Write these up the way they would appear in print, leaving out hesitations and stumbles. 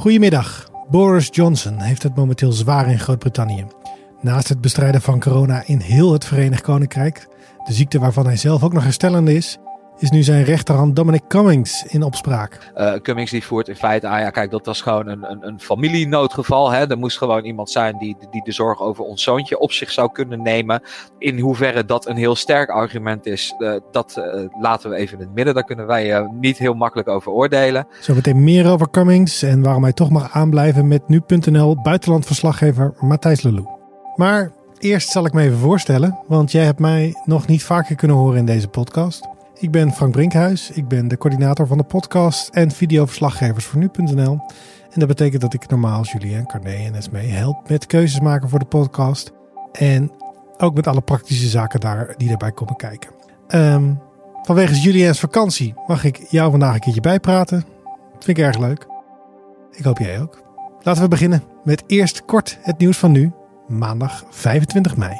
Goedemiddag. Boris Johnson heeft het momenteel zwaar in Groot-Brittannië. Naast het bestrijden van corona in heel het Verenigd Koninkrijk, de ziekte waarvan hij zelf ook nog herstellende is nu zijn rechterhand Dominic Cummings in opspraak. Cummings die voert in feite aan, kijk, dat was gewoon een familienoodgeval. Hè? Er moest gewoon iemand zijn die de zorg over ons zoontje op zich zou kunnen nemen. In hoeverre dat een heel sterk argument is, dat laten we even in het midden. Daar kunnen wij niet heel makkelijk over oordelen. Zometeen meer over Cummings en waarom hij toch mag aanblijven met nu.nl buitenlandverslaggever Matthijs Lelou. Maar eerst zal ik me even voorstellen, want jij hebt mij nog niet vaker kunnen horen in deze podcast. Ik ben Frank Brinkhuis, ik ben de coördinator van de podcast en videoverslaggevers voor nu.nl. En dat betekent dat ik normaal Julien, Carné en Esmee help met keuzes maken voor de podcast. En ook met alle praktische zaken die daarbij komen kijken. Vanwege Julien's vakantie mag ik jou vandaag een keertje bijpraten. Dat vind ik erg leuk. Ik hoop jij ook. Laten we beginnen met eerst kort het nieuws van nu, maandag 25 mei.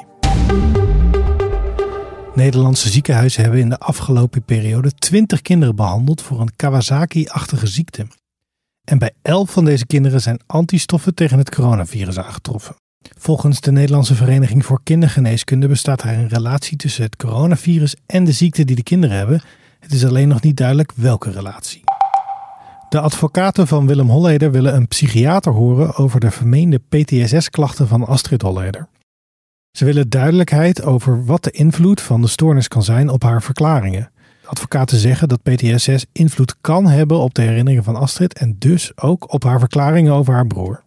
Nederlandse ziekenhuizen hebben in de afgelopen periode 20 kinderen behandeld voor een Kawasaki-achtige ziekte. En bij 11 van deze kinderen zijn antistoffen tegen het coronavirus aangetroffen. Volgens de Nederlandse Vereniging voor Kindergeneeskunde bestaat er een relatie tussen het coronavirus en de ziekte die de kinderen hebben. Het is alleen nog niet duidelijk welke relatie. De advocaten van Willem Holleder willen een psychiater horen over de vermeende PTSS-klachten van Astrid Holleder. Ze willen duidelijkheid over wat de invloed van de stoornis kan zijn op haar verklaringen. De advocaten zeggen dat PTSS invloed kan hebben op de herinneringen van Astrid en dus ook op haar verklaringen over haar broer.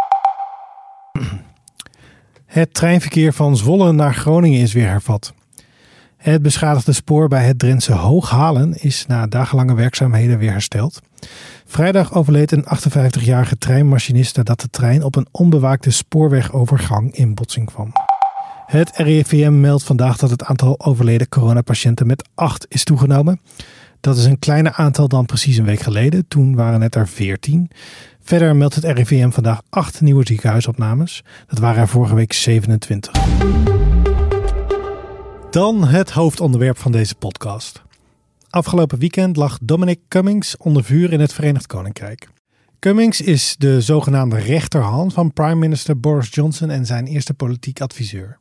Het treinverkeer van Zwolle naar Groningen is weer hervat. Het beschadigde spoor bij het Drentse Hooghalen is na dagenlange werkzaamheden weer hersteld. Vrijdag overleed een 58-jarige treinmachinist nadat de trein op een onbewaakte spoorwegovergang in botsing kwam. Het RIVM meldt vandaag dat het aantal overleden coronapatiënten met 8 is toegenomen. Dat is een kleiner aantal dan precies een week geleden. Toen waren het er 14. Verder meldt het RIVM vandaag 8 nieuwe ziekenhuisopnames. Dat waren er vorige week 27. Dan het hoofdonderwerp van deze podcast. Afgelopen weekend lag Dominic Cummings onder vuur in het Verenigd Koninkrijk. Cummings is de zogenaamde rechterhand van prime minister Boris Johnson en zijn eerste politiek adviseur.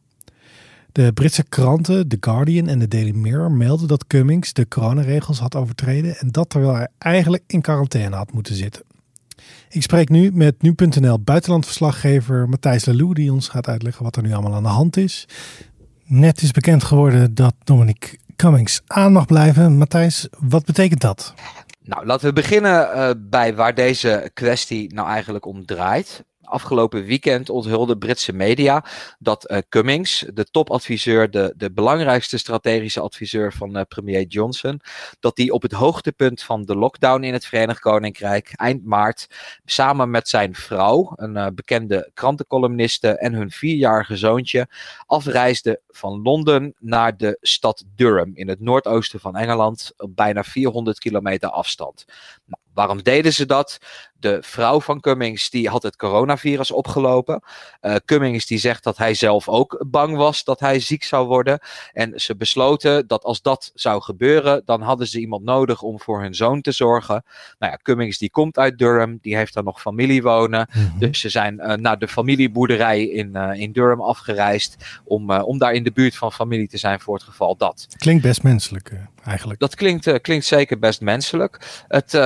De Britse kranten The Guardian en de Daily Mirror melden dat Cummings de coronaregels had overtreden en dat terwijl hij eigenlijk in quarantaine had moeten zitten. Ik spreek nu met nu.nl buitenlandverslaggever Matthijs Lelou die ons gaat uitleggen wat er nu allemaal aan de hand is. Net is bekend geworden dat Dominic Cummings aan mag blijven. Matthijs, wat betekent dat? Nou, laten we beginnen bij waar deze kwestie nou eigenlijk om draait. Afgelopen weekend onthulde Britse media dat Cummings, de topadviseur, de belangrijkste strategische adviseur van premier Johnson, dat die op het hoogtepunt van de lockdown in het Verenigd Koninkrijk eind maart samen met zijn vrouw, een bekende krantencolumniste en hun 4-jarige zoontje, afreisde van Londen naar de stad Durham in het noordoosten van Engeland op bijna 400 kilometer afstand. Nou, waarom deden ze dat? De vrouw van Cummings die had het coronavirus opgelopen. Cummings die zegt dat hij zelf ook bang was dat hij ziek zou worden. En ze besloten dat als dat zou gebeuren, dan hadden ze iemand nodig om voor hun zoon te zorgen. Nou ja, Cummings die komt uit Durham, die heeft daar nog familie wonen. Mm-hmm. Dus ze zijn naar de familieboerderij in Durham afgereisd om daar in de buurt van familie te zijn voor het geval dat. Klinkt best menselijk eigenlijk. Dat klinkt zeker best menselijk.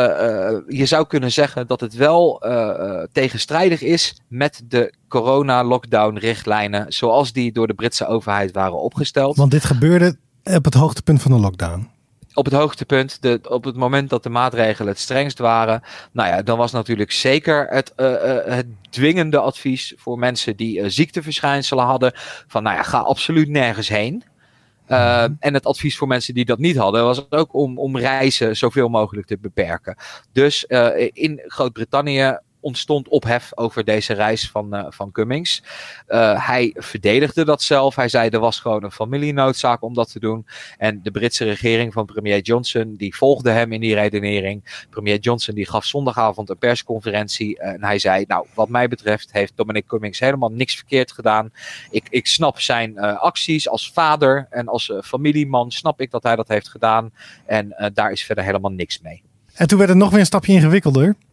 Je zou kunnen zeggen dat het wel tegenstrijdig is met de corona-lockdown-richtlijnen zoals die door de Britse overheid waren opgesteld. Want dit gebeurde op het hoogtepunt van de lockdown. Op het hoogtepunt, op het moment dat de maatregelen het strengst waren, nou ja, dan was natuurlijk zeker het dwingende advies voor mensen die ziekteverschijnselen hadden van, nou ja, ga absoluut nergens heen. En het advies voor mensen die dat niet hadden was ook om reizen zoveel mogelijk te beperken. Dus in Groot-Brittannië ontstond ophef over deze reis van Cummings. Hij verdedigde dat zelf. Hij zei er was gewoon een familienoodzaak om dat te doen. En de Britse regering van premier Johnson die volgde hem in die redenering. Premier Johnson die gaf zondagavond een persconferentie en hij zei, nou wat mij betreft heeft Dominic Cummings helemaal niks verkeerd gedaan. Ik snap zijn acties als vader en als familieman snap ik dat hij dat heeft gedaan. En daar is verder helemaal niks mee. En toen werd het nog weer een stapje ingewikkelder.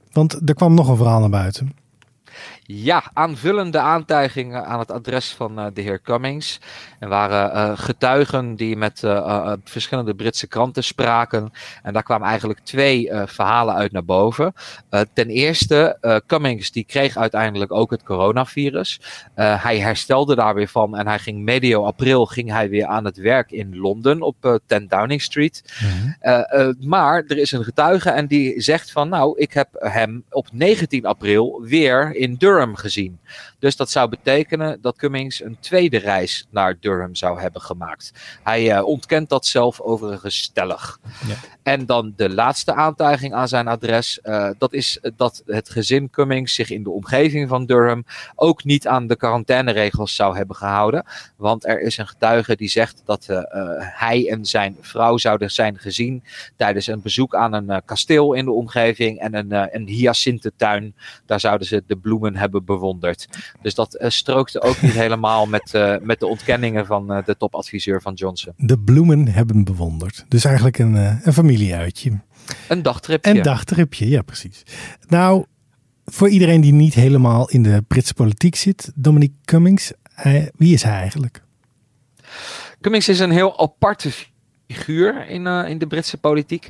Want er kwam nog een verhaal naar buiten. Ja, aanvullende aantijgingen aan het adres van de heer Cummings. Er waren getuigen die met verschillende Britse kranten spraken. En daar kwamen eigenlijk 2 verhalen uit naar boven. Ten eerste, Cummings die kreeg uiteindelijk ook het coronavirus. Hij herstelde daar weer van en hij ging medio april weer aan het werk in Londen op 10 Downing Street. Maar er is een getuige en die zegt van nou, ik heb hem op 19 april weer in Durham gezien. Dus dat zou betekenen dat Cummings een tweede reis naar Durham zou hebben gemaakt. Hij ontkent dat zelf overigens stellig. Ja. En dan de laatste aantijging aan zijn adres. Dat is dat het gezin Cummings zich in de omgeving van Durham ook niet aan de quarantaineregels zou hebben gehouden. Want er is een getuige die zegt dat hij en zijn vrouw zouden zijn gezien tijdens een bezoek aan een kasteel in de omgeving en een hyacintentuin. Daar zouden ze de bloemen hebben bewonderd. Dus dat strookte ook niet helemaal met de ontkenningen van de topadviseur van Johnson. De bloemen hebben bewonderd. Dus eigenlijk een familieuitje. Een dagtripje. Een dagtripje, ja precies. Nou, voor iedereen die niet helemaal in de Britse politiek zit, Dominic Cummings, wie is hij eigenlijk? Cummings is een heel aparte figuur in de Britse politiek.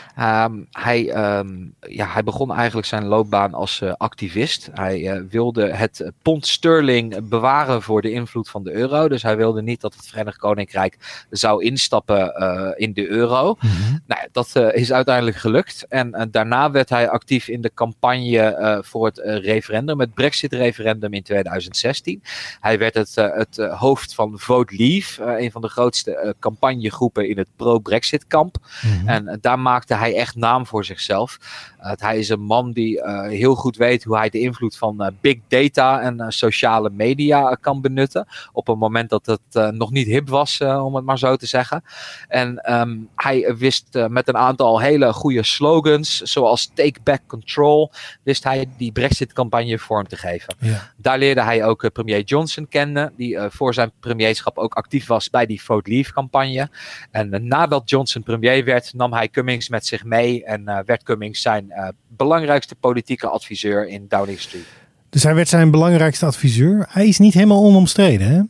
Hij begon eigenlijk zijn loopbaan als activist. Hij wilde het pond sterling bewaren voor de invloed van de euro. Dus hij wilde niet dat het Verenigd Koninkrijk zou instappen in de euro. Mm-hmm. Nou, dat is uiteindelijk gelukt. En daarna werd hij actief in de campagne voor het referendum, het Brexit-referendum in 2016. Hij werd het hoofd van Vote Leave, een van de grootste campagnegroepen in het pro-Brexit-kamp. Mm-hmm. En daar maakte hij echt naam voor zichzelf. Hij is een man die heel goed weet hoe hij de invloed van big data en sociale media kan benutten. Op een moment dat het nog niet hip was, om het maar zo te zeggen. En hij wist met een aantal hele goede slogans, zoals Take Back Control, wist hij die Brexit-campagne vorm te geven. Ja. Daar leerde hij ook premier Johnson kennen, die voor zijn premierschap ook actief was bij die Vote Leave-campagne. En nadat Johnson premier werd, nam hij Cummings met zich mee en werd Cummings zijn belangrijkste politieke adviseur in Downing Street. Dus hij werd zijn belangrijkste adviseur. Hij is niet helemaal onomstreden, hè?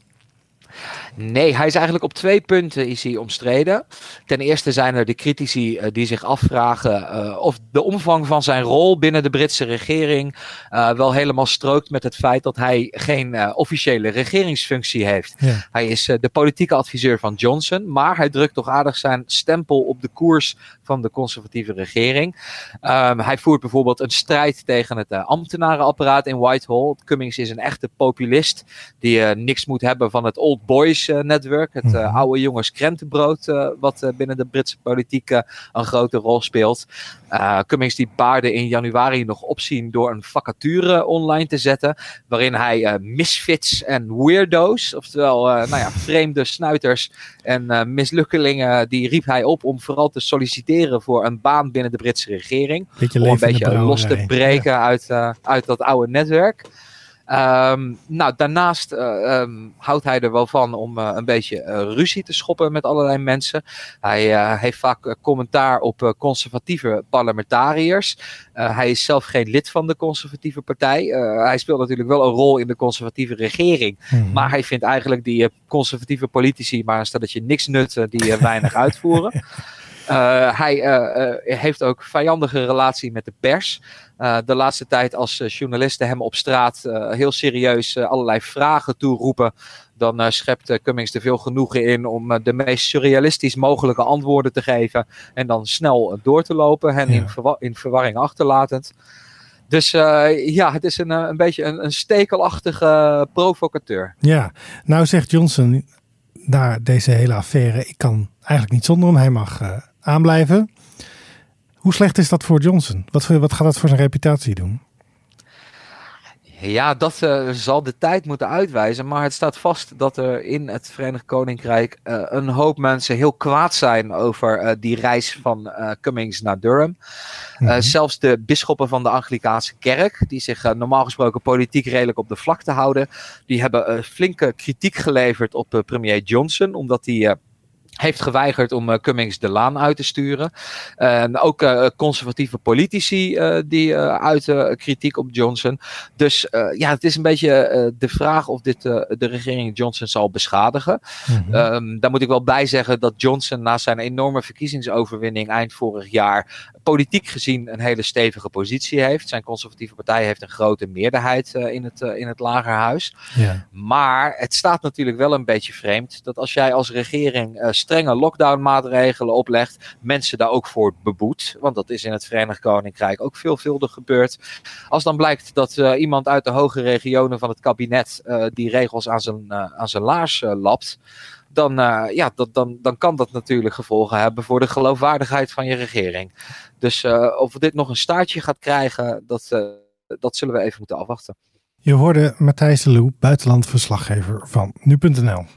Nee, hij is eigenlijk op 2 punten omstreden. Ten eerste zijn er de critici die zich afvragen of de omvang van zijn rol binnen de Britse regering wel helemaal strookt met het feit dat hij geen officiële regeringsfunctie heeft. Ja. Hij is de politieke adviseur van Johnson, maar hij drukt toch aardig zijn stempel op de koers van de conservatieve regering. Hij voert bijvoorbeeld een strijd tegen het ambtenarenapparaat in Whitehall. Cummings is een echte populist die niks moet hebben van het Old Boys netwerk, het oude jongens krentenbrood, wat binnen de Britse politiek een grote rol speelt. Cummings die baarde in januari nog opzien door een vacature online te zetten, waarin hij misfits en weirdo's, oftewel vreemde snuiters en mislukkelingen, die riep hij op om vooral te solliciteren voor een baan binnen de Britse regering. Om een beetje los te breken uit dat oude netwerk. Daarnaast houdt hij er wel van om een beetje ruzie te schoppen met allerlei mensen. Hij heeft vaak commentaar op conservatieve parlementariërs. Hij is zelf geen lid van de conservatieve partij. Hij speelt natuurlijk wel een rol in de conservatieve regering. Mm-hmm. Maar hij vindt eigenlijk die conservatieve politici maar een stelletje niks nutten die weinig uitvoeren. Hij heeft ook vijandige relatie met de pers. De laatste tijd als journalisten hem op straat heel serieus allerlei vragen toeroepen, dan schept Cummings er veel genoegen in om de meest surrealistisch mogelijke antwoorden te geven en dan snel door te lopen en in verwarring achterlatend. Dus het is een beetje een stekelachtige provocateur. Ja, nou zegt Johnson na deze hele affaire, ik kan eigenlijk niet zonder hem, hij mag aanblijven. Hoe slecht is dat voor Johnson? Wat gaat dat voor zijn reputatie doen? Ja, dat zal de tijd moeten uitwijzen. Maar het staat vast dat er in het Verenigd Koninkrijk een hoop mensen heel kwaad zijn over die reis van Cummings naar Durham. Mm-hmm. Zelfs de bisschoppen van de Anglikaanse kerk, die zich normaal gesproken politiek redelijk op de vlakte houden, die hebben flinke kritiek geleverd op premier Johnson, omdat hij heeft geweigerd om Cummings de laan uit te sturen. Ook conservatieve politici die uiten kritiek op Johnson. Dus het is een beetje de vraag of dit de regering Johnson zal beschadigen. Mm-hmm. Daar moet ik wel bij zeggen dat Johnson na zijn enorme verkiezingsoverwinning eind vorig jaar politiek gezien een hele stevige positie heeft. Zijn conservatieve partij heeft een grote meerderheid in het lagerhuis. Yeah. Maar het staat natuurlijk wel een beetje vreemd dat als jij als regering strenge lockdownmaatregelen oplegt, mensen daar ook voor beboet. Want dat is in het Verenigd Koninkrijk ook veelvuldig gebeurd. Als dan blijkt dat iemand uit de hoge regionen van het kabinet die regels aan zijn laars lapt, dan kan dat natuurlijk gevolgen hebben voor de geloofwaardigheid van je regering. Dus of dit nog een staartje gaat krijgen, dat zullen we even moeten afwachten. Je hoorde Matthijs de Loo, buitenlandverslaggever van nu.nl.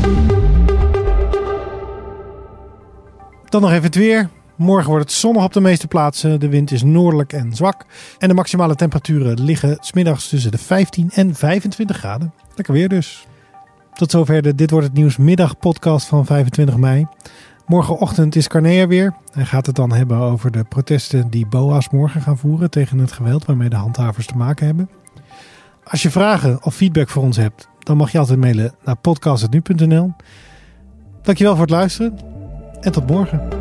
Dan nog even het weer. Morgen wordt het zonnig op de meeste plaatsen. De wind is noordelijk en zwak. En de maximale temperaturen liggen 's middags tussen de 15 en 25 graden. Lekker weer dus. Tot zover de Dit Wordt Het Nieuws middagpodcast van 25 mei. Morgenochtend is Carné er weer. Hij gaat het dan hebben over de protesten die BOA's morgen gaan voeren tegen het geweld waarmee de handhavers te maken hebben. Als je vragen of feedback voor ons hebt, dan mag je altijd mailen naar podcast@nu.nl. Dankjewel voor het luisteren en tot morgen.